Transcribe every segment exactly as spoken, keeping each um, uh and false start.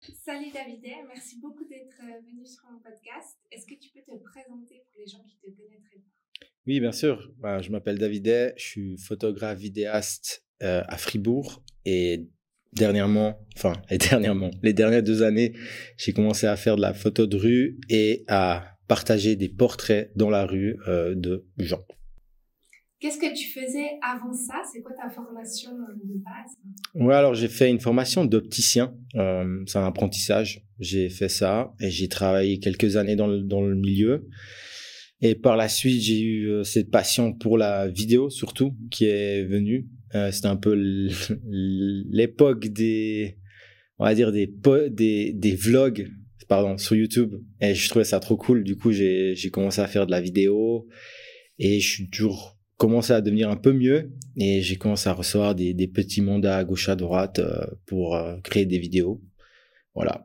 Salut David, merci beaucoup d'être venu sur mon podcast. Est-ce que tu peux te présenter pour les gens qui ne te connaîtraient pas? Oui, bien sûr. Bah, je m'appelle David, je suis photographe vidéaste euh, à Fribourg et dernièrement, enfin, et dernièrement, les dernières deux années, j'ai commencé à faire de la photo de rue et à partager des portraits dans la rue euh, de gens. Qu'est-ce que tu faisais avant ça? C'est quoi ta formation de base? Ouais, alors j'ai fait une formation d'opticien, euh, c'est un apprentissage. J'ai fait ça et j'ai travaillé quelques années dans le, dans le milieu. Et par la suite, j'ai eu euh, cette passion pour la vidéo surtout qui est venue. Euh, c'était un peu l- l'époque des, on va dire des po- des des vlogs, pardon, sur YouTube. Et je trouvais ça trop cool. Du coup, j'ai j'ai commencé à faire de la vidéo et je suis toujours commencé à devenir un peu mieux. Et j'ai commencé à recevoir des des petits mandats à gauche à droite euh, pour euh, créer des vidéos. Voilà.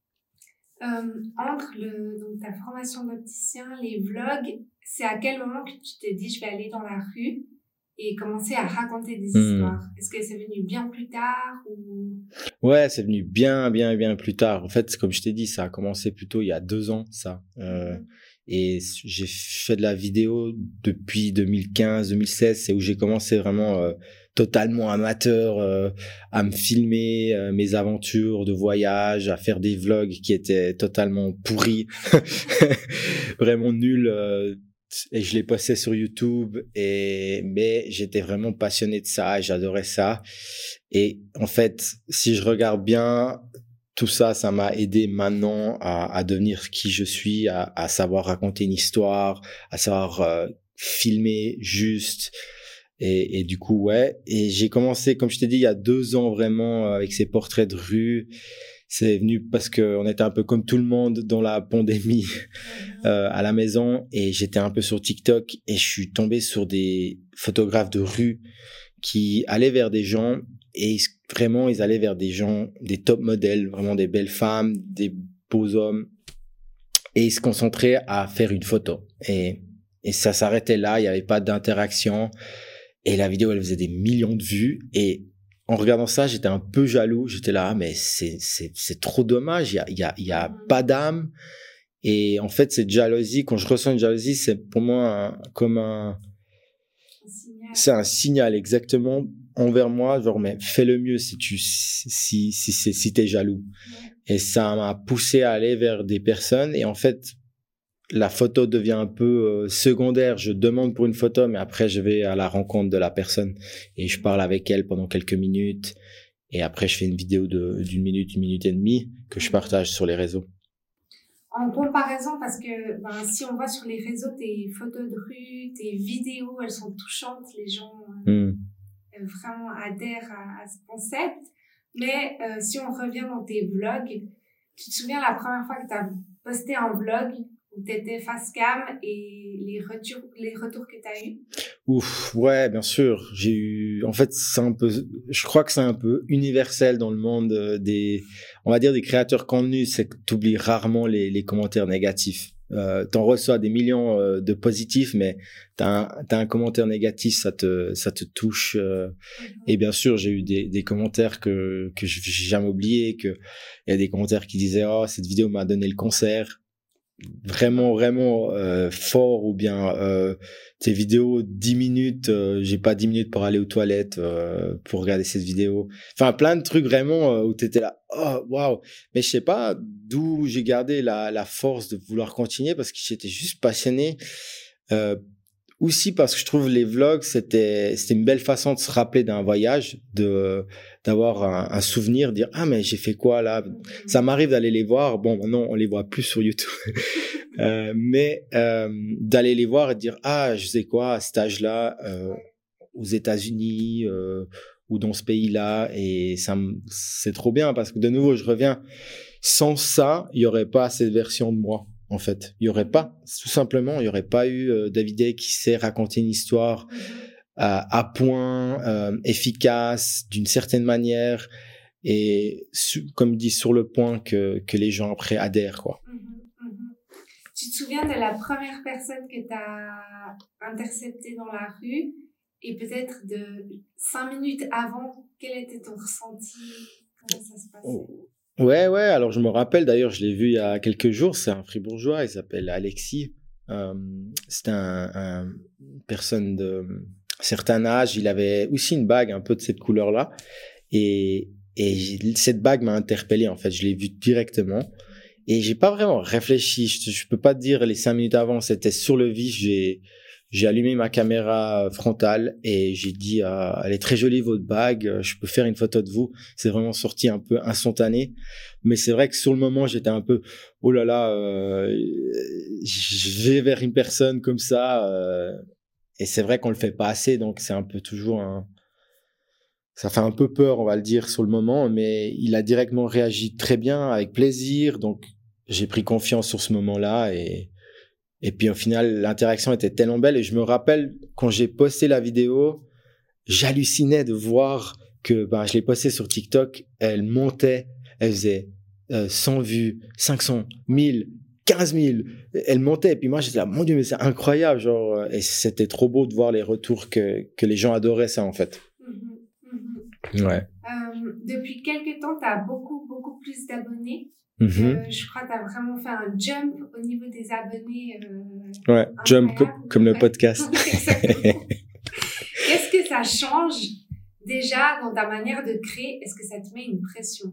Euh, entre le, donc, ta formation d'opticien, les vlogs, c'est à quel moment que tu t'es dit je vais aller dans la rue et commencer à raconter des histoires? Hmm. Est-ce que c'est venu bien plus tard ou... Ouais, c'est venu bien, bien, bien plus tard. En fait, comme je t'ai dit, ça a commencé plutôt il y a deux ans, ça. Euh, Mhm. et j'ai fait de la vidéo depuis deux mille quinze, deux mille seize. C'est où j'ai commencé vraiment euh, totalement amateur euh, à me filmer euh, mes aventures de voyage, à faire des vlogs qui étaient totalement pourris, vraiment nuls. Euh, et je les postais sur YouTube. Et mais j'étais vraiment passionné de ça. Et j'adorais ça. Et en fait, si je regarde bien, tout ça, ça m'a aidé maintenant à, à devenir qui je suis, à, à savoir raconter une histoire, à savoir euh, filmer juste. Et, et du coup, ouais. Et j'ai commencé, comme je t'ai dit, il y a deux ans vraiment avec ces portraits de rue. C'est venu parce que on était un peu comme tout le monde dans la pandémie Mhm. euh, à la maison et j'étais un peu sur TikTok et je suis tombé sur des photographes de rue qui allaient vers des gens et vraiment ils allaient vers des gens, des top modèles, vraiment des belles femmes, des beaux hommes et ils se concentraient à faire une photo et et ça s'arrêtait là, il n'y avait pas d'interaction et la vidéo elle faisait des millions de vues et en regardant ça, j'étais un peu jaloux. J'étais là, ah, mais c'est c'est c'est trop dommage. Il y a il y a il y a Mhm. pas d'âme. Et en fait, cette jalousie, quand je ressens une jalousie, c'est pour moi un- comme un, Un signal. c'est un signal exactement envers moi, genre, mais fais le mieux si tu, si, si, si, si, si t'es jaloux. Ouais. Et ça m'a poussé à aller vers des personnes. Et en fait, la photo devient un peu euh, secondaire. Je demande pour une photo, mais après, je vais à la rencontre de la personne et je parle avec elle pendant quelques minutes. Et après, je fais une vidéo de, d'une minute, une minute et demie que je Mhm. partage sur les réseaux. En comparaison, parce que ben, si on voit sur les réseaux tes photos de rue, tes vidéos, elles sont touchantes, les gens Hmm. euh, vraiment adhèrent à, à ce concept. Mais euh, si on revient dans tes vlogs, tu te souviens la première fois que tu as posté un vlog où tu étais face cam et les retours, les retours que tu as eus? Ouf, ouais, bien sûr. J'ai eu, en fait, c'est un peu, je crois que c'est un peu universel dans le monde euh, des, on va dire des créateurs de contenu, c'est que t'oublies rarement les, les commentaires négatifs. Euh, t'en reçois des millions euh, de positifs, mais t'as un, t'as un commentaire négatif, ça te, ça te touche. euh. Et Mhm. bien sûr, j'ai eu des, des commentaires que que j'ai jamais oubliés, que il y a des commentaires qui disaient, oh, cette vidéo m'a donné le cancer vraiment vraiment euh, fort ou bien euh, tes vidéos dix minutes euh, j'ai pas dix minutes pour aller aux toilettes euh, pour regarder cette vidéo, enfin plein de trucs vraiment euh, où t'étais là, oh waouh, mais je sais pas d'où j'ai gardé la la force de vouloir continuer parce que j'étais juste passionné euh, aussi parce que je trouve les vlogs c'était c'était une belle façon de se rappeler d'un voyage, de d'avoir un, un souvenir, dire ah mais j'ai fait quoi là. Ça Mhm. m'arrive d'aller les voir, bon maintenant on les voit plus sur YouTube. Euh, mais euh, d'aller les voir et de dire ah je sais quoi à cet âge-là euh, Ouais. aux États-Unis euh, ou dans ce pays-là et ça me- c'est trop bien parce que de nouveau je reviens, sans ça il y aurait pas cette version de moi en fait, il y aurait Mhm. pas, tout simplement il y aurait pas eu euh, David Day qui sait raconter une histoire Mhm. à, à point euh, efficace d'une certaine manière et su- comme dit sur le point que que les gens après adhèrent quoi. Mhm. Mhm. Tu te souviens de la première personne que tu as interceptée dans la rue et peut-être de cinq minutes avant, quel était ton ressenti? Comment ça se passait? Ouais, ouais. Alors, je me rappelle, d'ailleurs, je l'ai vu il y a quelques jours. C'est un fribourgeois. Il s'appelle Alexis. Euh, c'est un, un une personne de certain âge. Il avait aussi une bague un peu de cette couleur-là. Et, et j'ai- cette bague m'a interpellé, en fait. Je l'ai vue directement. Et j'ai pas vraiment réfléchi. Je, je peux pas te dire les cinq minutes avant. C'était sur le vif. J'ai, j'ai allumé ma caméra frontale et j'ai dit, ah, elle est très jolie, votre bague. Je peux faire une photo de vous. C'est vraiment sorti un peu instantané. Mais c'est vrai que sur le moment, j'étais un peu, oh là là, euh, je vais vers une personne comme ça. Euh, et c'est vrai qu'on le fait pas assez. Donc c'est un peu toujours un, ça fait un peu peur, on va le dire, sur le moment, mais il a directement réagi très bien, avec plaisir. Donc, j'ai pris confiance sur ce moment-là. Et, et puis, au final, l'interaction était tellement belle. Et je me rappelle, quand j'ai posté la vidéo, j'hallucinais de voir que ben, je l'ai postée sur TikTok. Elle montait, elle faisait euh, cent vues, cinq cents, mille, quinze mille. Elle montait. Et puis moi, j'étais là, mon Dieu, mais c'est incroyable. Genre, et c'était trop beau de voir les retours que, que les gens adoraient ça, en fait. Mhm, mhm. Ouais. Euh, depuis quelques temps, tu as beaucoup, beaucoup plus d'abonnés. Mm-hmm. Euh, je crois que tu as vraiment fait un jump au niveau des abonnés. Euh, ouais, jump co- comme le ouais. podcast. Exactement. Qu'est-ce que ça change déjà dans ta manière de créer? Est-ce que ça te met une pression?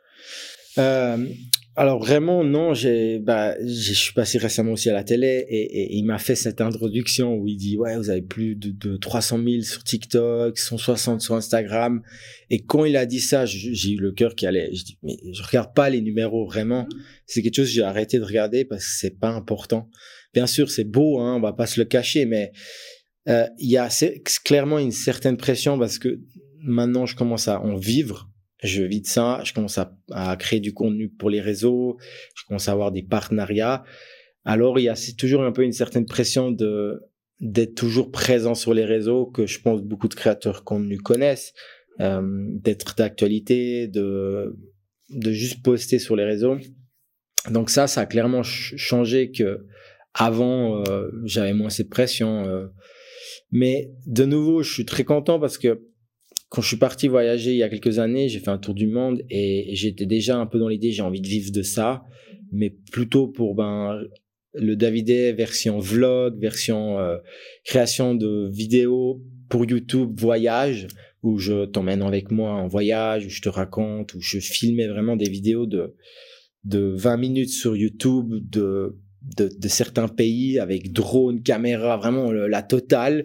Euh, alors vraiment non, j'ai bah je suis passé récemment aussi à la télé et, et, et il m'a fait cette introduction où il dit ouais vous avez plus de, de trois cent mille sur TikTok, cent soixante sur Instagram, et quand il a dit ça j'ai eu le cœur qui allait. Je dis mais je regarde pas les numéros vraiment, mmh. C'est quelque chose que j'ai arrêté de regarder parce que c'est pas important. Bien sûr c'est beau hein, on va pas se le cacher, mais euh, il y a c'est, clairement une certaine pression parce que maintenant je commence à en vivre. Je vis de ça, je commence à, à créer du contenu pour les réseaux, je commence à avoir des partenariats. Alors il y a c'est toujours un peu une certaine pression de d'être toujours présent sur les réseaux que je pense beaucoup de créateurs de contenu connaissent, euh, d'être d'actualité, de de juste poster sur les réseaux. Donc ça, ça a clairement ch- changé que avant euh, j'avais moins cette pression. Euh, mais de nouveau, je suis très content parce que quand je suis parti voyager il y a quelques années, j'ai fait un tour du monde et j'étais déjà un peu dans l'idée, j'ai envie de vivre de ça, mais plutôt pour ben le Davidet version vlog, version euh, création de vidéos pour YouTube, voyage, où je t'emmène avec moi en voyage, où je te raconte, où je filmais vraiment des vidéos de de vingt minutes sur YouTube de de, de certains pays avec drone, caméra, vraiment le, la totale.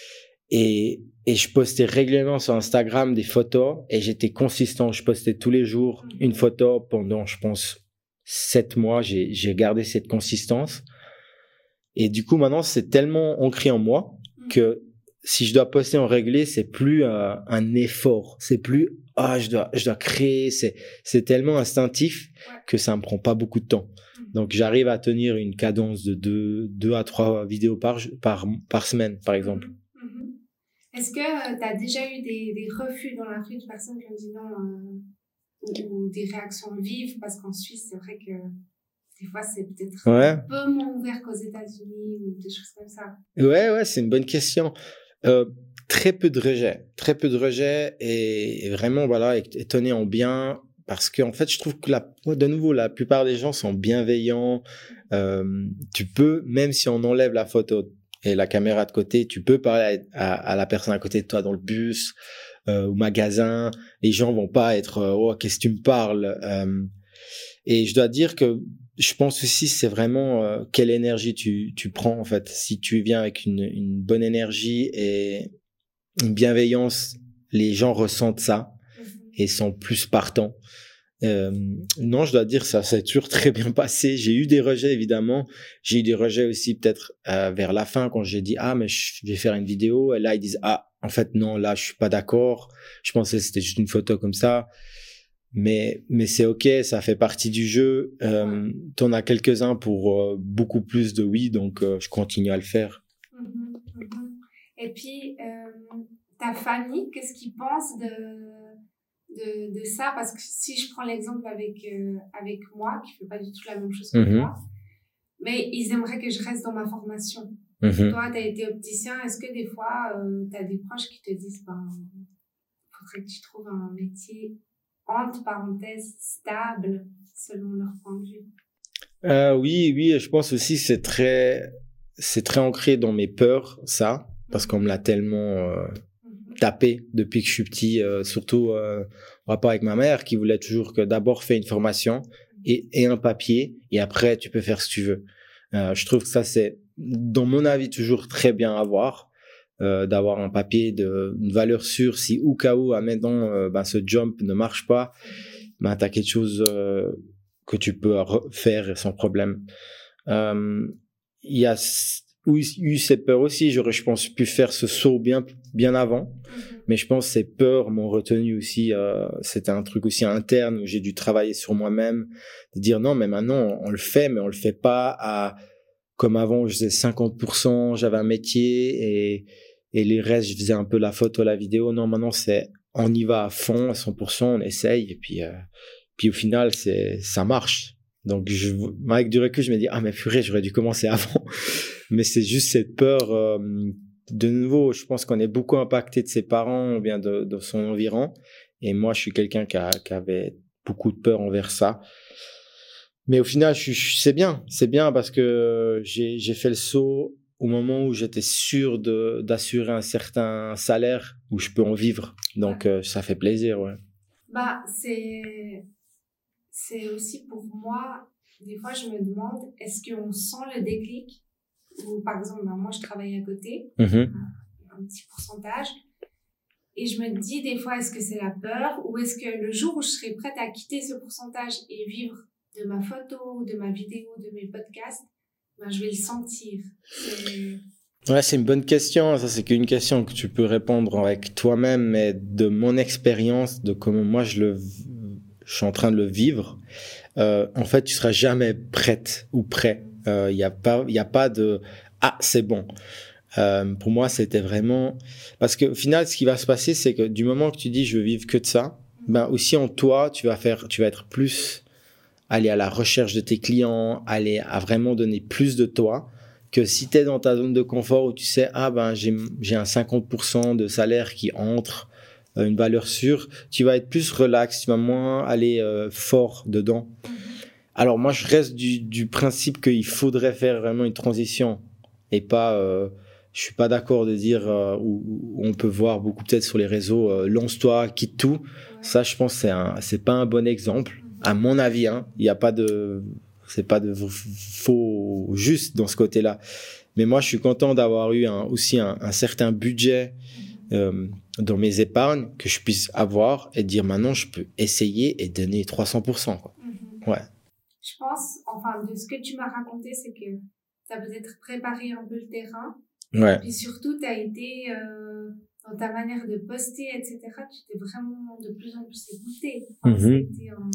Et, et je postais régulièrement sur Instagram des photos et j'étais consistant. Je postais tous les jours une photo pendant, je pense, sept mois. J'ai, j'ai gardé cette consistance. Et du coup, maintenant, c'est tellement ancré en moi que si je dois poster en régulier, c'est plus euh, un effort. C'est plus, ah, je dois, je dois créer. C'est, c'est tellement instinctif que ça me prend pas beaucoup de temps. Donc, j'arrive à tenir une cadence de deux, deux à trois vidéos par, par, par semaine, par exemple. Est-ce que euh, tu as déjà eu des, des refus dans la rue de personnes qui ont dit non euh, ou, ou des réactions vives? Parce qu'en Suisse, c'est vrai que des fois, c'est peut-être ouais. un peu moins ouvert qu'aux États-Unis ou des choses comme ça. Ouais, ouais, c'est une bonne question. Euh, très peu de rejets. Très peu de rejets et, et vraiment, voilà, étonné en bien. Parce que en fait, je trouve que la, de nouveau, la plupart des gens sont bienveillants. Euh, tu peux, même si on enlève la photo et la caméra de côté, tu peux parler à, à, à la personne à côté de toi dans le bus, euh, au magasin. Les gens vont pas être euh, oh qu'est-ce que tu me parles. Euh, et je dois dire que je pense aussi c'est vraiment euh, quelle énergie tu tu prends en fait. Si tu viens avec une une bonne énergie et une bienveillance, les gens ressentent ça et sont plus partants. Euh, non, je dois dire ça, ça a toujours très bien passé. J'ai eu des rejets évidemment. J'ai eu des rejets aussi peut-être euh, vers la fin quand j'ai dit ah mais je vais faire une vidéo. Et là ils disent ah en fait non là je suis pas d'accord. Je pensais que c'était juste une photo comme ça. Mais mais c'est ok, ça fait partie du jeu. Euh, t'en as quelques-uns pour euh, beaucoup plus de oui, donc euh, je continue à le faire. Mmh, mmh. Et puis euh, ta famille, qu'est-ce qu'ils pensent de de, de ça, parce que si je prends l'exemple avec, euh, avec moi, qui ne fait pas du tout la même chose que mmh. toi, mais ils aimeraient que je reste dans ma formation. Mmh. Toi, tu as été opticien, est-ce que des fois, euh, tu as des proches qui te disent, ben, faudrait que tu trouves un métier entre parenthèses, stable, selon leur point de vue? Euh, oui, oui, je pense aussi que c'est très, c'est très ancré dans mes peurs, ça, parce qu'on me l'a tellement euh, Mhm. tapé depuis que je suis petit, euh, surtout euh, en rapport avec ma mère qui voulait toujours que d'abord fais une formation et, et un papier et après tu peux faire ce que tu veux. Euh, je trouve que ça c'est, dans mon avis, toujours très bien à avoir, euh, d'avoir un papier de une valeur sûre. Si au cas où, admettons, euh, ben, ce jump ne marche pas, ben t'as quelque chose euh, que tu peux refaire sans problème. Euh, Il y a s- eu, eu ces peurs aussi. J'aurais, je pense, pu faire ce saut bien, bien avant. Mhm. Mais je pense que ces peurs m'ont retenu aussi. Euh, c'était un truc aussi interne où j'ai dû travailler sur moi-même, de dire non, mais maintenant on le fait, mais on le fait pas à comme avant. Je faisais cinquante pour cent, j'avais un métier et et les restes, je faisais un peu la photo, la vidéo. Non, maintenant c'est on y va à fond, à cent pour cent, on essaye et puis euh, puis au final c'est ça marche. Donc je, avec du recul, je me dis ah mais purée, j'aurais dû commencer avant. Mais c'est juste cette peur. Euh, de nouveau, je pense qu'on est beaucoup impacté de ses parents ou bien de, de son environ. Et moi, je suis quelqu'un qui, a, qui avait beaucoup de peur envers ça. Mais au final, je, je, c'est bien. C'est bien parce que j'ai, j'ai fait le saut au moment où j'étais sûr de, d'assurer un certain salaire où je peux en vivre. Donc, Ouais. euh, ça fait plaisir, ouais. Bah, c'est, c'est aussi pour moi, des fois, je me demande, est-ce qu'on sent le déclic? Ou par exemple, bah, moi, je travaille à côté, Mm-hmm. un, un petit pourcentage. Et je me dis des fois, est-ce que c'est la peur ou est-ce que le jour où je serai prête à quitter ce pourcentage et vivre de ma photo ou de ma vidéo, de mes podcasts, ben, je vais le sentir. C'est... Ouais, c'est une bonne question. Ça, c'est qu'une question que tu peux répondre avec toi-même, mais de mon expérience, de comment moi je le, je suis en train de le vivre, euh, en fait, tu seras jamais prête ou prêt. Il euh, y a pas, il y a pas de ah, c'est bon. Euh, pour moi, c'était vraiment parce que au final, ce qui va se passer, c'est que du moment que tu dis je veux vivre que de ça, ben aussi en toi, tu vas faire, tu vas être plus aller à la recherche de tes clients, aller à vraiment donner plus de toi que si tu es dans ta zone de confort où tu sais ah ben j'ai j'ai un cinquante pour cent de salaire qui entre, euh, une valeur sûre, tu vas être plus relax, tu vas moins aller euh, fort dedans. Alors moi, je reste du, du principe qu'il faudrait faire vraiment une transition et pas. Euh, je suis pas d'accord de dire euh, où, où on peut voir beaucoup peut-être sur les réseaux euh, lance-toi, quitte tout. Ouais. Ça, je pense, c'est un, c'est pas un bon exemple. Mm-hmm. À mon avis, hein, il y a pas de, c'est pas de faux juste dans ce côté-là. Mais moi, je suis content d'avoir eu un, aussi un, un certain budget euh, dans mes épargnes que je puisse avoir et dire maintenant, je peux essayer et donner trois cents pour cent, quoi. Mm-hmm. Ouais. Je pense, enfin, de ce que tu m'as raconté, c'est que tu as peut-être préparé un peu le terrain. Ouais. Puis surtout, tu as été, euh, dans ta manière de poster, et cetera, tu t'es vraiment de plus en plus écouté. Enfin, mm-hmm. un...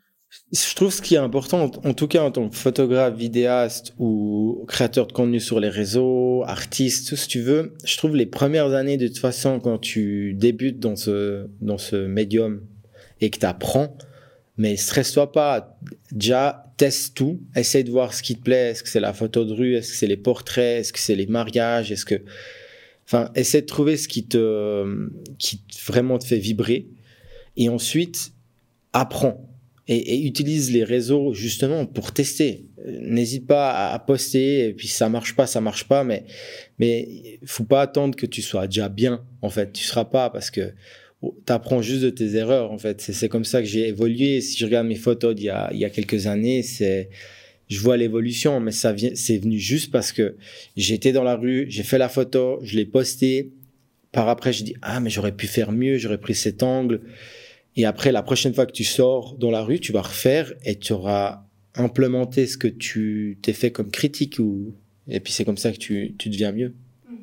Je trouve ce qui est important, en tout cas en tant que photographe, vidéaste ou créateur de contenu sur les réseaux, artiste, tout ce que tu veux, je trouve les premières années, de toute façon, quand tu débutes dans ce, dans ce médium et que tu apprends, mais stresse-toi pas. Déjà, teste tout. Essaye de voir ce qui te plaît. Est-ce que c'est la photo de rue? Est-ce que c'est les portraits? Est-ce que c'est les mariages? Est-ce que, enfin, essaie de trouver ce qui te, qui vraiment te fait vibrer. Et ensuite, apprends. Et, et utilise les réseaux justement pour tester. N'hésite pas à, à poster. Et puis, ça marche pas, ça marche pas. Mais, mais faut pas attendre que tu sois déjà bien. En fait, tu seras pas parce que t'apprends juste de tes erreurs, en fait. C'est, c'est comme ça que j'ai évolué. Si je regarde mes photos d'il y a, il y a quelques années, c'est, je vois l'évolution, mais ça vient, c'est venu juste parce que j'étais dans la rue, j'ai fait la photo, je l'ai postée. Par après, je dis, ah, mais j'aurais pu faire mieux, j'aurais pris cet angle. Et après, la prochaine fois que tu sors dans la rue, tu vas refaire et tu auras implémenté ce que tu t'es fait comme critique ou, et puis c'est comme ça que tu, tu deviens mieux.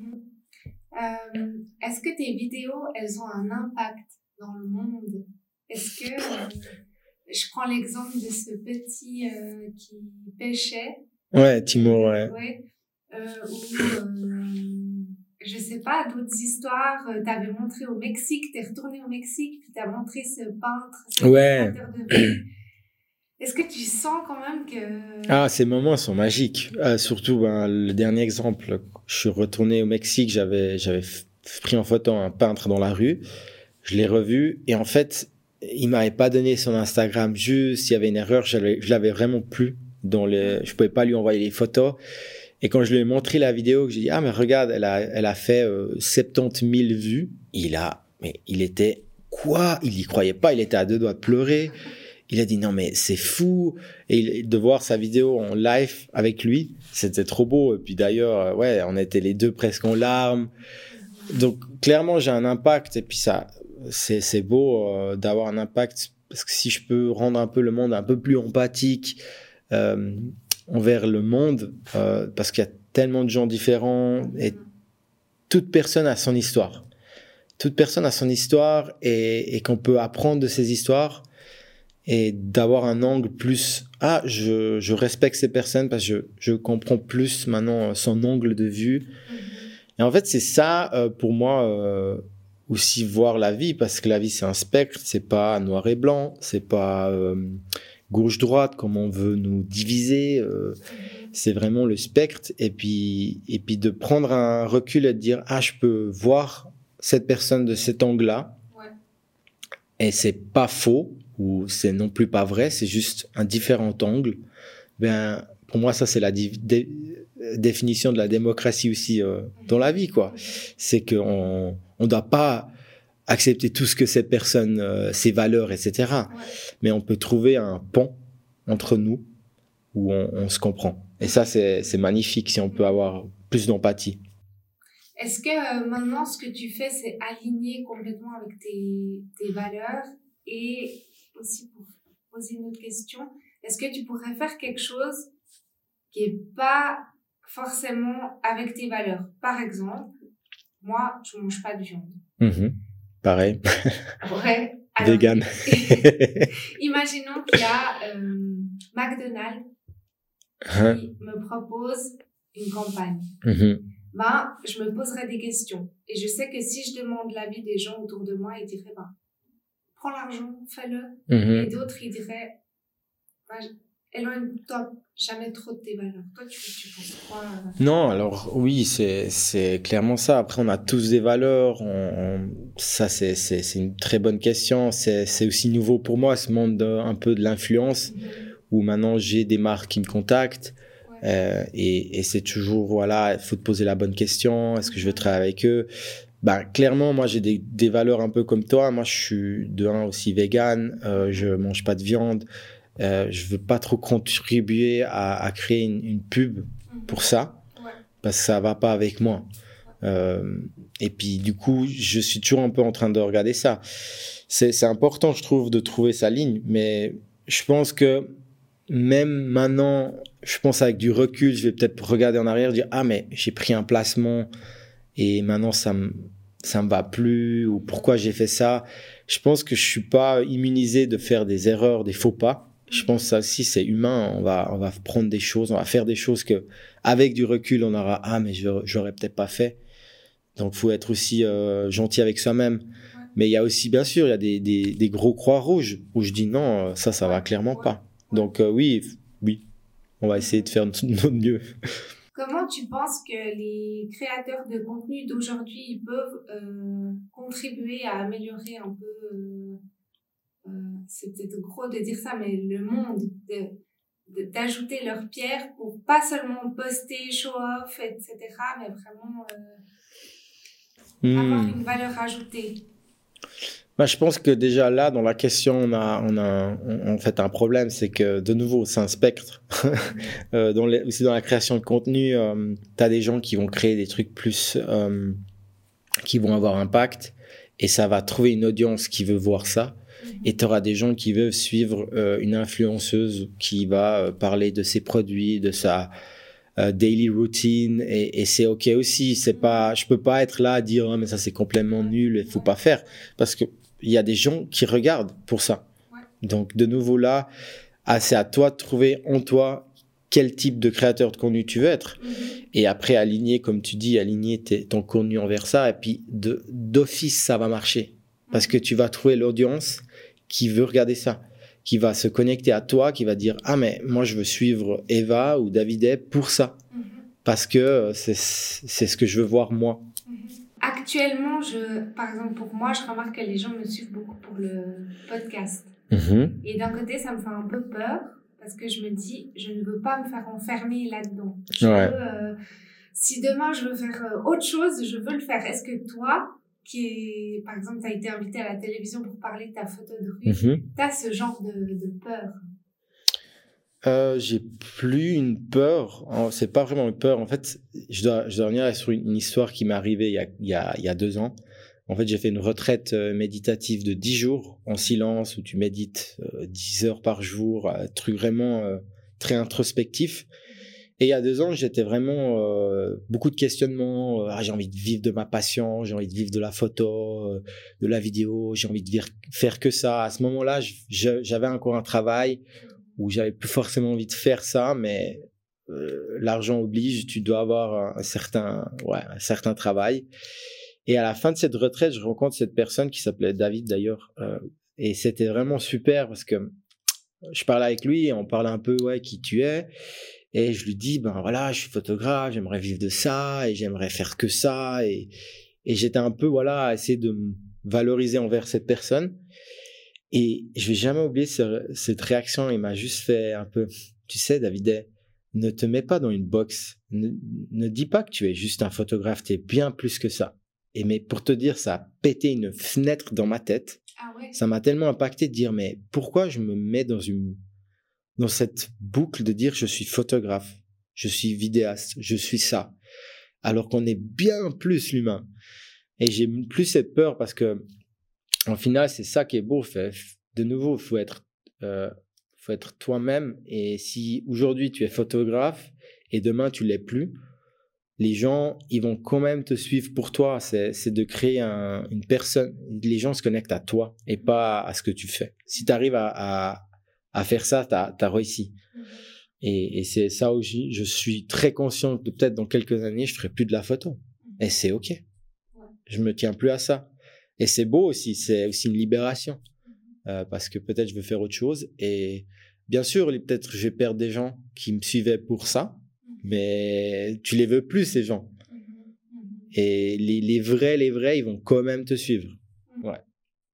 Euh, est-ce que tes vidéos, elles ont un impact dans le monde? Est-ce que, euh, je prends l'exemple de ce petit euh, qui pêchait. Ouais, Timur, ouais. Ouais. Euh, ou, euh, je sais pas, d'autres histoires. Euh, t'avais montré au Mexique, t'es retourné au Mexique, puis t'as montré ce peintre, ce ouais. créateur de rue. Est-ce que tu sens quand même que... Ah, ces moments sont magiques. Euh, surtout, ben, le dernier exemple, je suis retourné au Mexique, j'avais, j'avais f- pris en photo un peintre dans la rue, je l'ai revu, et en fait, il m'avait pas donné son Instagram juste, il y avait une erreur, je l'avais, je l'avais vraiment plus dans les, je pouvais pas lui envoyer les photos. Et quand je lui ai montré la vidéo, que j'ai dit, ah, mais regarde, elle a, elle a fait euh, soixante-dix mille vues. Il a, mais il était, quoi? Il y croyait pas, il était à deux doigts de pleurer. Il a dit, non, mais c'est fou. Et il, de voir sa vidéo en live avec lui, c'était trop beau. Et puis d'ailleurs, ouais, on était les deux presque en larmes. Donc, clairement, j'ai un impact. Et puis ça, c'est, c'est beau euh, d'avoir un impact. Parce que si je peux rendre un peu le monde un peu plus empathique, euh, envers le monde, euh, parce qu'il y a tellement de gens différents et toute personne a son histoire. Toute personne a son histoire et, et qu'on peut apprendre de ces histoires et d'avoir un angle plus « Ah, je, je respecte ces personnes parce que je, je comprends plus maintenant son angle de vue. Mm-hmm. » Et en fait, c'est ça, euh, pour moi, euh, aussi voir la vie, parce que la vie, c'est un spectre, c'est pas noir et blanc, c'est pas... Euh, gauche-droite, comme on veut nous diviser, euh, mmh. c'est vraiment le spectre. Et puis, et puis de prendre un recul et de dire, ah, je peux voir cette personne de cet angle-là. Ouais. Et c'est pas faux, ou c'est non plus pas vrai, c'est juste un différent angle. Ben, pour moi, ça, c'est la di- dé- définition de la démocratie aussi euh, mmh. dans la vie, quoi. Mmh. C'est qu'on on doit pas accepter tout ce que cette personne, euh, ses valeurs, et cetera. Ouais. Mais on peut trouver un pont entre nous où on, on se comprend. Et ça, c'est, c'est magnifique si on peut avoir plus d'empathie. Est-ce que euh, maintenant, ce que tu fais, c'est aligner complètement avec tes, tes valeurs? Et aussi, pour poser une autre question, est-ce que tu pourrais faire quelque chose qui n'est pas forcément avec tes valeurs? Par exemple, moi, je ne mange pas de viande. Mmh. Pareil. Ouais. Vegan. Imaginons qu'il y a euh, McDonald's hein? qui me propose une campagne. Mmh. Ben, je me poserai des questions. Et je sais que si je demande l'avis des gens autour de moi, ils diraient, ben, prends l'argent, fais-le. Mmh. Et d'autres, ils diraient, ben, éloigne-toi jamais trop de tes valeurs. Toi, tu, tu penses quoi? Non, alors oui, c'est, c'est clairement ça. Après, on a tous des valeurs. On, on, ça, c'est, c'est, c'est une très bonne question. C'est, c'est aussi nouveau pour moi, ce monde de, un peu de l'influence, mmh. où maintenant j'ai des marques qui me contactent. Ouais. Euh, et, et c'est toujours, voilà, il faut te poser la bonne question. Est-ce que je veux travailler avec eux? Bah, clairement, moi, j'ai des, des valeurs un peu comme toi. Moi, je suis de un aussi vegan. Euh, je mange pas de viande. Euh, je veux pas trop contribuer à, à créer une, une pub pour ça, ouais. parce que ça va pas avec moi. Ouais. Euh, et puis du coup, je suis toujours un peu en train de regarder ça. C'est, c'est important, je trouve, de trouver sa ligne, mais je pense que même maintenant, je pense avec du recul, je vais peut-être regarder en arrière, dire ah mais j'ai pris un placement et maintenant ça me ça me va plus, ou pourquoi j'ai fait ça. Je pense que je suis pas immunisé de faire des erreurs, des faux pas. Je pense que ça aussi, c'est humain. On va, on va prendre des choses, on va faire des choses que, avec du recul, on aura, ah, mais je, j'aurais peut-être pas fait. Donc, faut être aussi euh, gentil avec soi-même. Ouais. Mais il y a aussi, bien sûr, il y a des, des, des gros croix rouges où je dis non, ça, ça va clairement ouais. pas. Donc, euh, oui, oui, on va essayer de faire notre mieux. Comment tu penses que les créateurs de contenu d'aujourd'hui ils peuvent euh, contribuer à améliorer un peu euh, Euh, c'est peut-être gros de dire ça, mais le monde, de, de, d'ajouter leur pierre pour pas seulement poster, show off, et cetera, mais vraiment euh, mmh. avoir une valeur ajoutée. Bah, je pense que déjà là, dans la question, on a, on a on, en fait un problème, c'est que de nouveau, c'est un spectre. euh, dans les, aussi dans la création de contenu, euh, t'as des gens qui vont créer des trucs plus, euh, qui vont avoir impact, et ça va trouver une audience qui veut voir ça. Et tu auras des gens qui veulent suivre euh, une influenceuse qui va euh, parler de ses produits, de sa euh, daily routine, et, et c'est ok aussi. C'est pas, je peux pas être là à dire oh, mais ça c'est complètement nul, il faut pas faire, parce que il y a des gens qui regardent pour ça. Donc de nouveau là, ah, c'est à toi de trouver en toi quel type de créateur de contenu tu veux être, et après aligner, comme tu dis, aligner tes, ton contenu envers ça, et puis de, d'office ça va marcher, parce que tu vas trouver l'audience qui veut regarder ça, qui va se connecter à toi, qui va dire « Ah, mais moi, je veux suivre Eva ou David pour ça, mm-hmm. parce que c'est, c'est ce que je veux voir moi. » mm-hmm. actuellement, je, par exemple, pour moi, je remarque que les gens me suivent beaucoup pour le podcast. Mm-hmm. Et d'un côté, ça me fait un peu peur parce que je me dis, je ne veux pas me faire enfermer là-dedans. Je Ouais. veux, euh, si demain je veux faire euh, autre chose, je veux le faire. Est-ce que toi, qui est, par exemple, tu as été invité à la télévision pour parler de ta photo de rue, Mm-hmm. tu as ce genre de, de peur? Euh, j'ai plus une peur. Oh, c'est pas vraiment une peur. En fait, je dois, je dois revenir sur une, une histoire qui m'est arrivée il y a, il y a, il y a deux ans. En fait, j'ai fait une retraite euh, méditative de dix jours en silence où tu médites euh, dix heures par jour, un truc vraiment euh, très introspectif. Et il y a deux ans, j'étais vraiment euh, beaucoup de questionnements. Euh, ah, j'ai envie de vivre de ma passion, j'ai envie de vivre de la photo, euh, de la vidéo, j'ai envie de vir- faire que ça. À ce moment-là, je- je- j'avais encore un travail où j'avais plus forcément envie de faire ça, mais euh, l'argent oblige, tu dois avoir un, un certain, ouais, un certain travail. Et à la fin de cette retraite, je rencontre cette personne qui s'appelait David d'ailleurs, euh, et c'était vraiment super parce que je parlais avec lui et on parlait un peu, ouais, qui tu es. Et je lui dis, ben voilà, je suis photographe, j'aimerais vivre de ça et j'aimerais faire que ça. Et, et j'étais un peu, voilà, à essayer de me valoriser envers cette personne. Et je vais jamais oublier ce, cette réaction. Il m'a juste fait un peu, tu sais, David, ne te mets pas dans une box. Ne, ne dis pas que tu es juste un photographe, tu es bien plus que ça. Et mais pour te dire, ça a pété une fenêtre dans ma tête. Ah ouais. Ça m'a tellement impacté de dire, mais pourquoi je me mets dans une, dans cette boucle de dire je suis photographe, je suis vidéaste, je suis ça. Alors qu'on est bien plus l'humain. Et j'ai plus cette peur parce que, en final, c'est ça qui est beau. Fait, de nouveau, il faut être, euh, faut être toi-même. Et si aujourd'hui tu es photographe et demain tu l'es plus, les gens, ils vont quand même te suivre pour toi. C'est, c'est de créer un, une personne. Les gens se connectent à toi et pas à ce que tu fais. Si tu arrives à, à, à faire ça, tu as réussi. Mm-hmm. Et, et c'est ça où je, je suis très conscient que peut-être dans quelques années, je ferai plus de la photo. Mm-hmm. Et c'est OK. Ouais. Je me tiens plus à ça. Et c'est beau aussi, c'est aussi une libération. Mm-hmm. Euh, parce que peut-être je veux faire autre chose. Et bien sûr, peut-être je vais perdre des gens qui me suivaient pour ça. Mais tu les veux plus, ces gens. Mm-hmm. Et les, les vrais, les vrais, ils vont quand même te suivre. Mm-hmm. Ouais.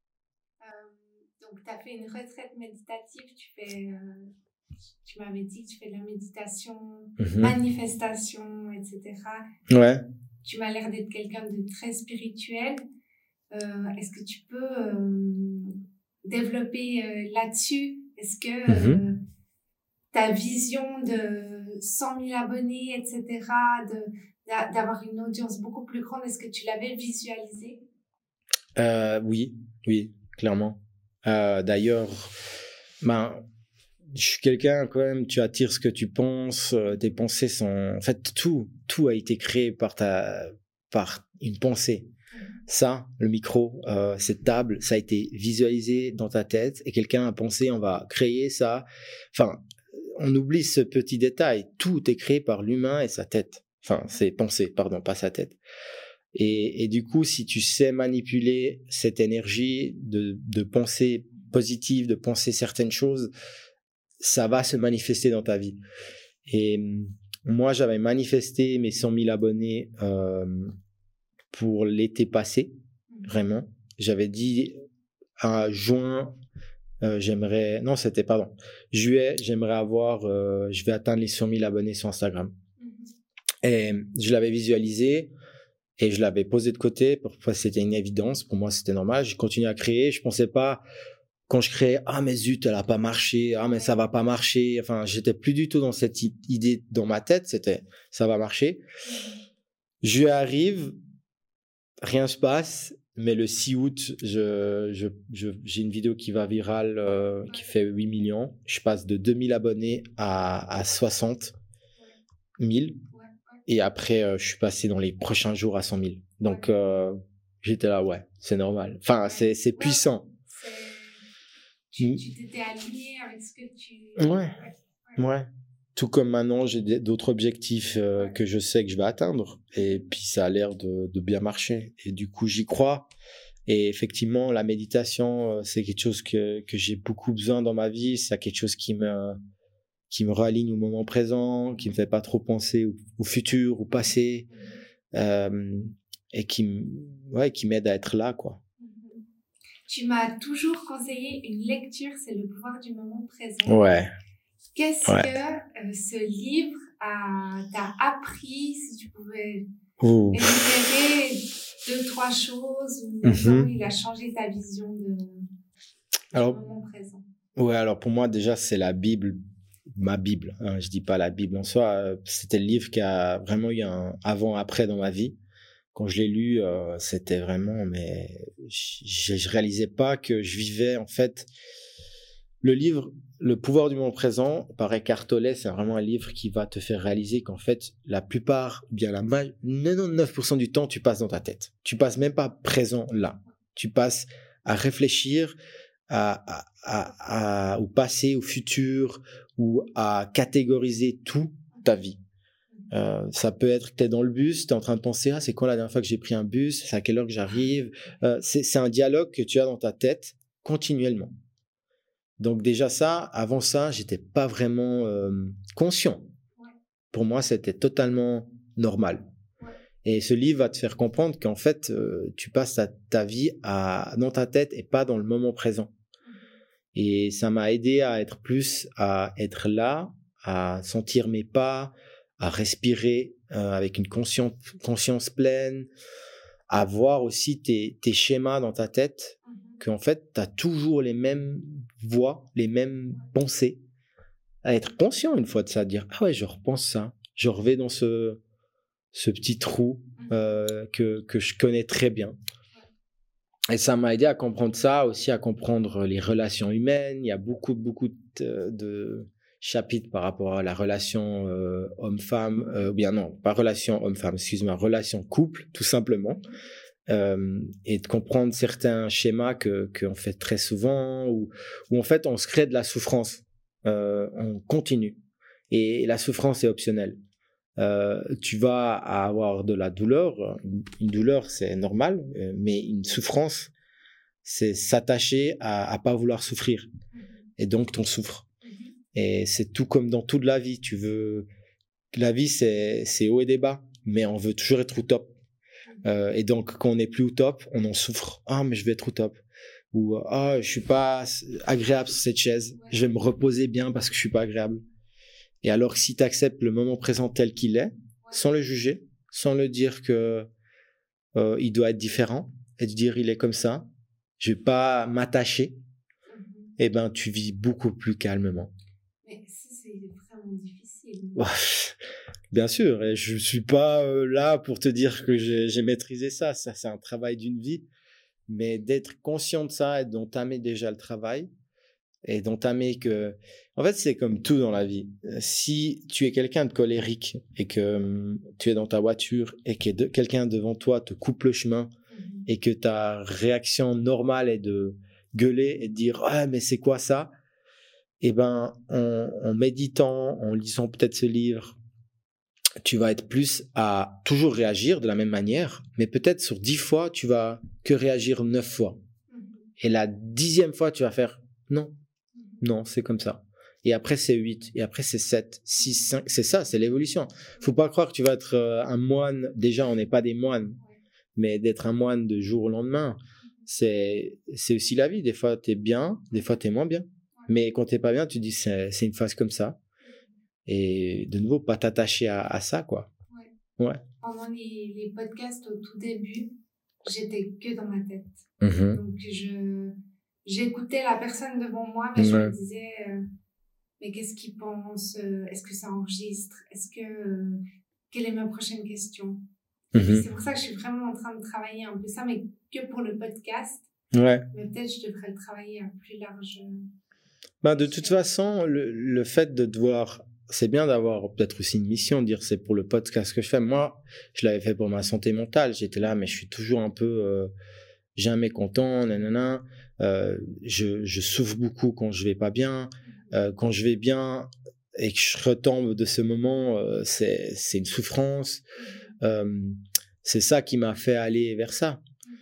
Euh, donc, tu as fait une retraite méditative. Tu fais, euh, tu m'avais dit que tu fais de la méditation, mm-hmm. manifestation, et cetera. Ouais. Tu m'as l'air d'être quelqu'un de très spirituel. Euh, est-ce que tu peux euh, développer euh, là-dessus? Est-ce que euh, mm-hmm. ta vision de cent mille abonnés, et cetera, de, d'avoir une audience beaucoup plus grande, est-ce que tu l'avais visualisé? euh, Oui, oui, clairement. Euh, d'ailleurs, ben, je suis quelqu'un quand même, tu attires ce que tu penses, euh, tes pensées sont... En fait, tout, tout a été créé par, ta, par une pensée. Ça, le micro, euh, cette table, ça a été visualisé dans ta tête et quelqu'un a pensé, on va créer ça. Enfin, on oublie ce petit détail. Tout est créé par l'humain et sa tête. Enfin, c'est pensée, pardon, pas sa tête. Et, et du coup, si tu sais manipuler cette énergie de, de pensée positive, de penser certaines choses, ça va se manifester dans ta vie. Et moi, j'avais manifesté mes cent mille abonnés euh, pour l'été passé, vraiment. J'avais dit à juin, euh, j'aimerais... Non, c'était, pardon. Juillet, j'aimerais avoir... Euh, je vais atteindre les cent mille abonnés sur Instagram. Mm-hmm. Et je l'avais visualisé et je l'avais posé de côté. Pour moi, c'était une évidence. Pour moi, c'était normal. J'ai continué à créer. Je pensais pas... Quand je créais, ah mais zut, elle a pas marché, ah mais ça va pas marcher. Enfin, j'étais plus du tout dans cette idée dans ma tête, c'était ça va marcher. Je arrive, rien se passe, mais le six août, je, je, je, j'ai une vidéo qui va virale, euh, qui fait huit millions. Je passe de deux mille abonnés à, à soixante mille. Et après, euh, je suis passé dans les prochains jours à cent mille. Donc, euh, j'étais là, ouais, c'est normal. Enfin, c'est, c'est puissant. Tu, tu t'étais aligné avec ce que tu... Ouais, ouais. ouais. Tout comme maintenant, j'ai d'autres objectifs euh, ouais. que je sais que je vais atteindre. Et puis, ça a l'air de, de bien marcher. Et du coup, j'y crois. Et effectivement, la méditation, euh, c'est quelque chose que, que j'ai beaucoup besoin dans ma vie. C'est quelque chose qui me, qui me réaligne au moment présent, qui me fait pas trop penser au, au futur, au passé. Euh, et qui, ouais, qui m'aident à être là, quoi. Tu m'as toujours conseillé une lecture, c'est Le pouvoir du moment présent. Ouais. Qu'est-ce ouais. que euh, ce livre a, t'a appris, si tu pouvais Ouh. énumérer deux, trois choses, ou Mm-hmm. comment il a changé ta vision de, du alors, moment présent? Ouais, alors pour moi, déjà, c'est la Bible, ma Bible. Hein, je dis pas la Bible en soi. C'était le livre qui a vraiment eu un avant-après dans ma vie. Quand je l'ai lu, euh, c'était vraiment, mais je, je réalisais pas que je vivais, en fait, le livre, Le pouvoir du moment présent, par Eckhart Tolle, c'est vraiment un livre qui va te faire réaliser qu'en fait, la plupart, bien la quatre-vingt-dix-neuf pour cent du temps, tu passes dans ta tête. Tu passes même pas présent là. Tu passes à réfléchir à, à, à, à, au passé, au futur, ou à catégoriser toute ta vie. Euh, ça peut être que tu es dans le bus, tu es en train de penser, ah, c'est quand la dernière fois que j'ai pris un bus, c'est à quelle heure que j'arrive. Euh, c'est, c'est un dialogue que tu as dans ta tête continuellement. Donc déjà ça, avant ça, j'étais pas vraiment euh, conscient. Pour moi, c'était totalement normal. Et ce livre va te faire comprendre qu'en fait, euh, tu passes ta, ta vie à, dans ta tête et pas dans le moment présent. Et ça m'a aidé à être plus, à être là, à sentir mes pas, à respirer euh, avec une conscience, conscience pleine, à voir aussi tes, tes schémas dans ta tête, mm-hmm. qu'en fait, tu as toujours les mêmes voix, les mêmes pensées, à être conscient une fois de ça, à dire « Ah ouais, je repense ça, je reviens dans ce, ce petit trou euh, que, que je connais très bien. » Et ça m'a aidé à comprendre ça, aussi à comprendre les relations humaines. Il y a beaucoup, beaucoup de, de chapitres par rapport à la relation euh, homme-femme, euh, ou bien non, pas relation homme-femme, excuse-moi, relation couple, tout simplement. Euh, et de comprendre certains schémas que qu'on fait très souvent, où, où en fait on se crée de la souffrance, euh, on continue. Et la souffrance est optionnelle. Euh, tu vas avoir de la douleur. Une douleur, c'est normal, mais une souffrance, c'est s'attacher à, à pas vouloir souffrir. Et donc, t'en souffres. Et c'est tout comme dans toute la vie. Tu veux, la vie, c'est, c'est haut et des bas, mais on veut toujours être au top. Euh, et donc, quand on n'est plus au top, on en souffre. Ah, mais je vais être au top. Ou, ah, je suis pas agréable sur cette chaise. Je vais me reposer bien parce que je suis pas agréable. Et alors, si tu acceptes le moment présent tel qu'il est, sans le juger, sans le dire que euh, il doit être différent, et de dire il est comme ça, je vais pas m'attacher, mm-hmm. eh ben, tu vis beaucoup plus calmement. Mais ça, c'est vraiment difficile. Bien sûr, et je suis pas euh, là pour te dire que j'ai, j'ai maîtrisé ça. Ça, c'est un travail d'une vie. Mais d'être conscient de ça et d'entamer déjà le travail, et d'entamer que... En fait, c'est comme tout dans la vie. Si tu es quelqu'un de colérique et que euh, tu es dans ta voiture et que de, quelqu'un devant toi te coupe le chemin, mm-hmm. et que ta réaction normale est de gueuler et de dire « Ah, mais c'est quoi ça ?» Eh ben, en, en méditant, en lisant peut-être ce livre, tu vas être plus à toujours réagir de la même manière, mais peut-être sur dix fois, tu vas que réagir neuf fois. Mm-hmm. Et la dixième fois, tu vas faire « Non. Non, c'est comme ça. » Et après, c'est huit. Et après, c'est sept, six, cinq. C'est ça, c'est l'évolution. Faut pas croire que tu vas être un moine. Déjà, on n'est pas des moines. Mais d'être un moine de jour au lendemain, c'est, c'est aussi la vie. Des fois, tu es bien. Des fois, tu es moins bien. Mais quand tu n'es pas bien, tu dis c'est, c'est une phase comme ça. Et de nouveau, pas t'attacher à, à ça, quoi. Ouais. ouais. Pendant les, les podcasts au tout début, j'étais que dans ma tête. Mm-hmm. Donc, je... J'écoutais la personne devant moi, mais ouais. je me disais, euh, mais qu'est-ce qu'il pense? Est-ce que ça enregistre? Est-ce que, euh, quelle est ma prochaine question? Mm-hmm. C'est pour ça que je suis vraiment en train de travailler un peu ça, mais que pour le podcast. Ouais. Mais peut-être je devrais le travailler à plus large. Ben, de toute façon, le, le fait de devoir, c'est bien d'avoir peut-être aussi une mission, de dire c'est pour le podcast que je fais. Moi, je l'avais fait pour ma santé mentale. J'étais là, mais je suis toujours un peu, euh, jamais content, nanana. Euh, je, je souffre beaucoup quand je vais pas bien. Euh, quand je vais bien et que je retombe de ce moment, euh, c'est, c'est une souffrance. Euh, c'est ça qui m'a fait aller vers ça.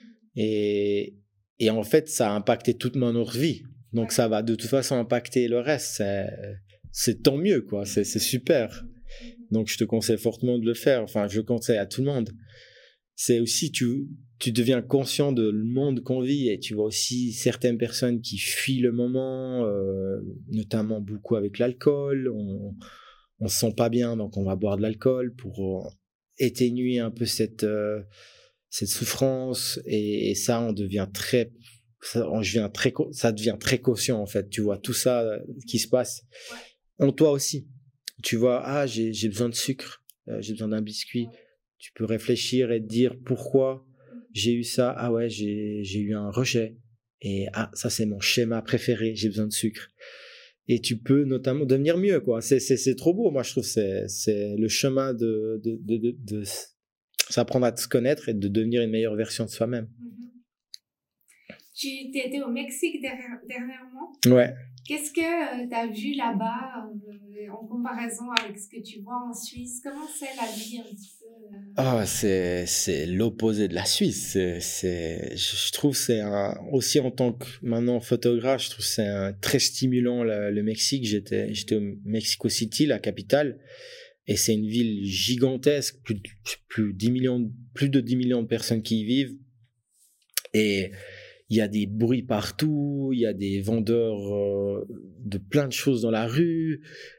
Et, et en fait, ça a impacté toute mon autre vie. Donc, ça va de toute façon impacter le reste. C'est, c'est tant mieux, quoi. C'est, c'est super. Donc, je te conseille fortement de le faire. Enfin, je conseille à tout le monde. c'est aussi, tu, tu deviens conscient de le monde qu'on vit et tu vois aussi certaines personnes qui fuient le moment, euh, notamment beaucoup avec l'alcool. On, on se sent pas bien, donc on va boire de l'alcool pour euh, éténuer un peu cette, euh, cette souffrance et, et ça, on devient très, ça, on devient très, ça devient très conscient en fait. Tu vois tout ça euh, qui se passe en toi aussi. Tu vois, ah, j'ai, j'ai besoin de sucre, euh, j'ai besoin d'un biscuit. Tu peux réfléchir et te dire pourquoi j'ai eu ça. Ah ouais, j'ai, j'ai eu un rejet. Et ah, ça, c'est mon schéma préféré. J'ai besoin de sucre. Et tu peux notamment devenir mieux, quoi. C'est, c'est, c'est trop beau. Moi, je trouve que c'est, c'est le chemin de, de, de, de, de s'apprendre à se connaître et de devenir une meilleure version de soi-même. Mm-hmm. Tu étais au Mexique derrière, dernièrement. Ouais. Qu'est-ce que euh, tu as vu là-bas euh, en comparaison avec ce que tu vois en Suisse? Comment c'est la vie un petit peu euh... Ah, c'est, c'est l'opposé de la Suisse. C'est, c'est, je trouve c'est un, aussi en tant que maintenant photographe, je trouve c'est un, très stimulant le, le Mexique. J'étais, j'étais au Mexico City, la capitale, et c'est une ville gigantesque, plus, plus, dix millions, plus de dix millions de personnes qui y vivent. Et il y a des bruits partout, il y a des vendeurs euh, de plein de choses dans la rue,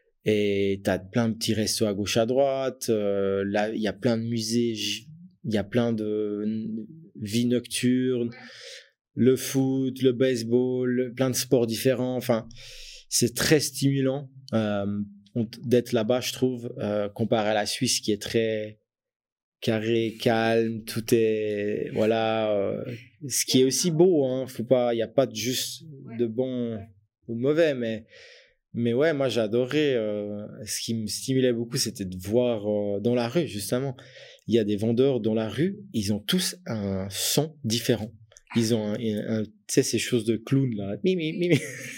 et t'as plein de petits restos à gauche à droite. Euh, là, il y a plein de musées, il y a plein de vie nocturne, le foot, le baseball, plein de sports différents. Enfin, c'est très stimulant euh, d'être là-bas, je trouve, euh, comparé à la Suisse qui est très carré, calme, tout est voilà, euh, ce qui est aussi beau, hein, faut pas, il y a pas de juste de bon ou de mauvais, mais mais ouais, moi j'adorais, euh, ce qui me stimulait beaucoup, c'était de voir euh, dans la rue justement, il y a des vendeurs dans la rue, ils ont tous un son différent, ils ont un, un, un tu sais ces choses de clown là, mimi mimi.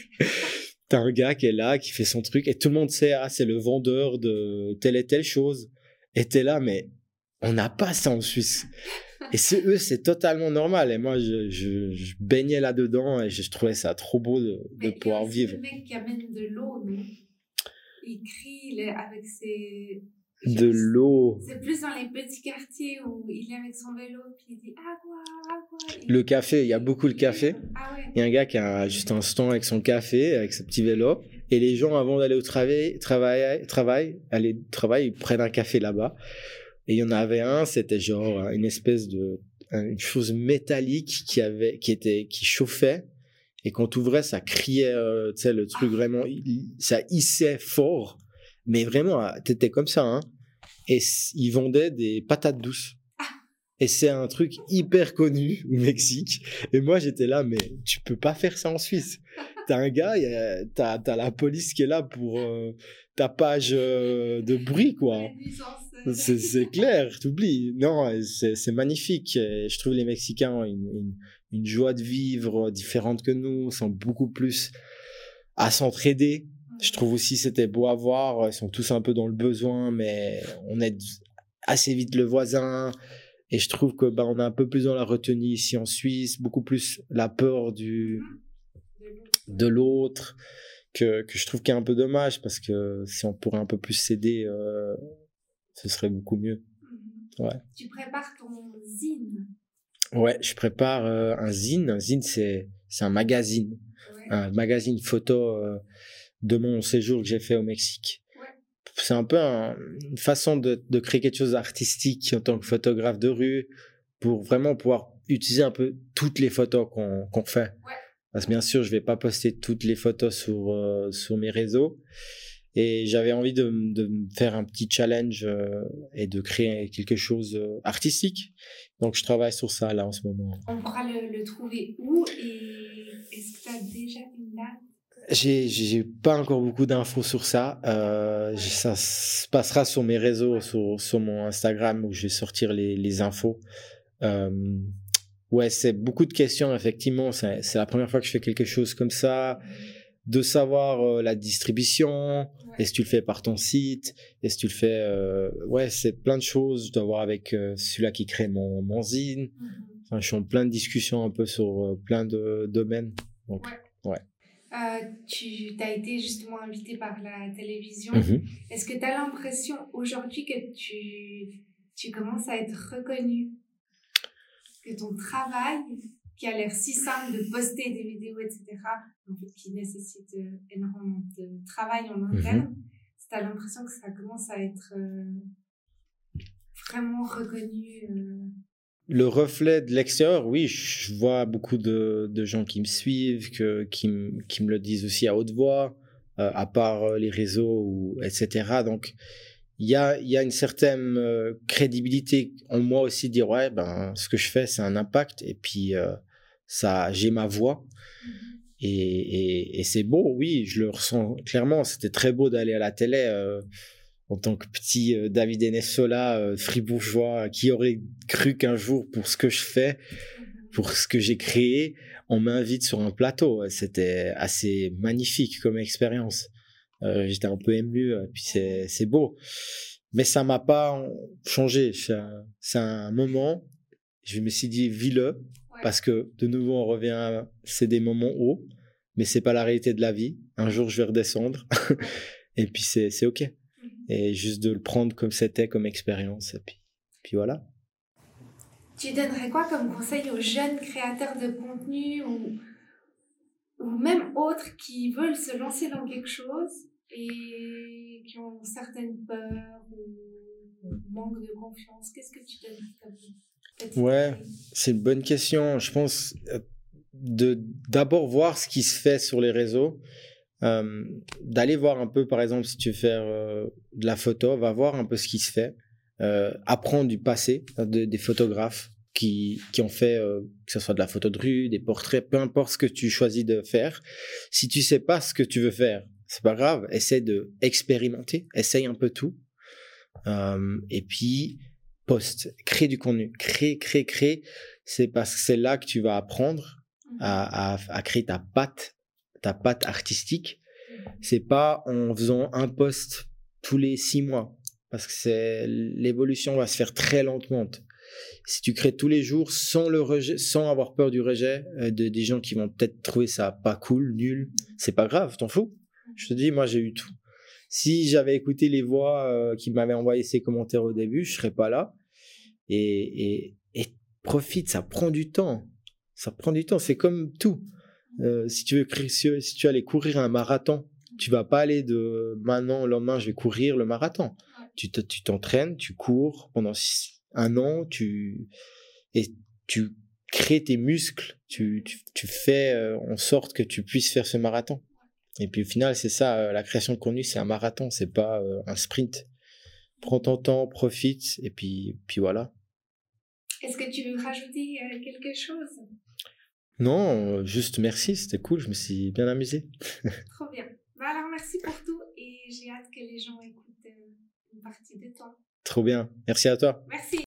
T'as un gars qui est là, qui fait son truc et tout le monde sait, ah c'est le vendeur de telle et telle chose, et t'es là mais on n'a pas ça en Suisse. Et c'est eux, c'est totalement normal. Et moi, je, je, je baignais là-dedans et je, je trouvais ça trop beau de, de pouvoir vivre. Le mec qui amène de l'eau, non? Il crie les, avec ses... De l'eau. C'est plus dans les petits quartiers où il est avec son vélo puis il dit agua, agua. Le café, il y a beaucoup le café. Ah ouais. Il y a un gars qui a juste un stand avec son café, avec son petit vélo. Et les gens, avant d'aller au travail, travail, travail, aller travail, ils prennent un café là-bas. Et il y en avait un, c'était genre une espèce de une chose métallique qui avait qui était qui chauffait et quand tu ouvrais ça criait, euh, tu sais le truc vraiment, ça hissait fort, mais vraiment t'étais comme ça, hein. Et ils vendaient des patates douces. Et c'est un truc hyper connu au Mexique. Et moi j'étais là, mais tu peux pas faire ça en Suisse. T'as un gars, a, t'as t'as la police qui est là pour euh, tapage euh, de bruit, quoi. C'est, c'est clair, t'oublies. Non, c'est, c'est magnifique. Et je trouve les Mexicains ont une, une, une joie de vivre différente que nous, sont beaucoup plus à s'entraider. Je trouve aussi c'était beau à voir. Ils sont tous un peu dans le besoin, mais on aide assez vite le voisin. Et je trouve que bah, on a un peu plus dans la retenue ici en Suisse, beaucoup plus la peur du de l'autre, que, que je trouve qu'il est un peu dommage parce que si on pourrait un peu plus s'aider, euh, ce serait beaucoup mieux. Ouais. Tu prépares ton zine? Ouais, je prépare euh, un zine. Un zine, c'est, c'est un magazine. Ouais. Un magazine photo euh, de mon séjour que j'ai fait au Mexique. Ouais. C'est un peu un, une façon de, de créer quelque chose d'artistique en tant que photographe de rue pour vraiment pouvoir utiliser un peu toutes les photos qu'on, qu'on fait. Ouais. Parce que bien sûr, je vais pas poster toutes les photos sur, euh, sur mes réseaux. Et j'avais envie de, de faire un petit challenge euh, et de créer quelque chose euh, artistique. Donc, je travaille sur ça, là, en ce moment. On pourra le, le trouver où et est-ce que tu as déjà une date? J'ai, j'ai pas encore beaucoup d'infos sur ça. Euh, ouais. Ça se passera sur mes réseaux, sur, sur mon Instagram, où je vais sortir les, les infos. Euh, ouais, c'est beaucoup de questions, effectivement. C'est, c'est la première fois que je fais quelque chose comme ça. De savoir euh, la distribution, ouais. Est-ce que tu le fais par ton site, est-ce que tu le fais... Euh... Ouais, c'est plein de choses. Je dois voir avec euh, celui-là qui crée mon, mon zine. Mm-hmm. Enfin, je suis en plein de discussions un peu sur euh, plein de domaines. Donc, ouais. ouais. Euh, tu as été justement invité par la télévision. Mm-hmm. Est-ce que tu as l'impression aujourd'hui que tu, tu commences à être reconnu que ton travail, qui a l'air si simple de poster des vidéos, et cetera, en fait, qui nécessite euh, énormément de travail en interne, mm-hmm. tu as l'impression que ça commence à être euh, vraiment reconnu. Euh... Le reflet de l'extérieur, oui, je vois beaucoup de, de gens qui me suivent, que, qui, m, qui me le disent aussi à haute voix, euh, à part les réseaux, ou, et cetera. Donc, il y a, y a une certaine euh, crédibilité en moi aussi de dire, ouais, ben, ce que je fais, c'est un impact, et puis euh, ça, j'ai ma voix. Mm-hmm. Et, et, et c'est beau, oui, je le ressens clairement. C'était très beau d'aller à la télé euh, en tant que petit euh, David Enessola, euh, fribourgeois, qui aurait cru qu'un jour, pour ce que je fais, pour ce que j'ai créé, on m'invite sur un plateau. C'était assez magnifique comme expérience. Euh, j'étais un peu ému, puis c'est, c'est beau. Mais ça m'a pas changé. C'est un, c'est un moment, je me suis dit, vis-le, ouais. Parce que de nouveau, on revient à, c'est des moments hauts, mais c'est pas la réalité de la vie. Un jour, je vais redescendre, et puis c'est, c'est OK. Mm-hmm. Et juste de le prendre comme c'était, comme expérience, et puis, puis voilà. Tu donnerais quoi comme conseil aux jeunes créateurs de contenu ou, ou même autres qui veulent se lancer dans quelque chose et qui ont certaines peurs ou manque de confiance? Qu'est-ce que tu donnes comme Ouais, c'est une bonne question. Je pense de d'abord voir ce qui se fait sur les réseaux, euh, d'aller voir un peu, par exemple, si tu veux faire euh, de la photo, va voir un peu ce qui se fait, euh, apprendre du passé de, des photographes qui qui ont fait euh, que ce soit de la photo de rue, des portraits, peu importe ce que tu choisis de faire. Si tu sais pas ce que tu veux faire, c'est pas grave, essaie de expérimenter, essaye un peu tout, euh, et puis poste, crée du contenu, crée, crée, crée. C'est parce que c'est là que tu vas apprendre à, à, à créer ta patte, ta patte artistique. C'est pas en faisant un post tous les six mois, parce que c'est l'évolution va se faire très lentement. Si tu crées tous les jours sans le rejet, sans avoir peur du rejet euh, de des gens qui vont peut-être trouver ça pas cool, nul, c'est pas grave, t'en fous. Je te dis, moi j'ai eu tout. Si j'avais écouté les voix euh, qui m'avaient envoyé ces commentaires au début, je serais pas là. Et, et, et profite, ça prend du temps. Ça prend du temps. C'est comme tout. Euh, si tu veux, si, si tu allais courir un marathon, tu vas pas aller de maintenant au lendemain, je vais courir le marathon. Tu, te, tu t'entraînes, tu cours pendant six, un an, tu et tu crées tes muscles. Tu, tu, tu fais euh, en sorte que tu puisses faire ce marathon. Et puis au final, c'est ça, euh, la création de contenu, c'est un marathon, c'est pas euh, un sprint. Prends ton temps, profite, et puis, puis voilà. Est-ce que tu veux rajouter euh, quelque chose? Non, euh, juste merci, c'était cool, je me suis bien amusé. Trop bien. Bah alors merci pour tout, et j'ai hâte que les gens écoutent euh, une partie de toi. Trop bien, merci à toi. Merci.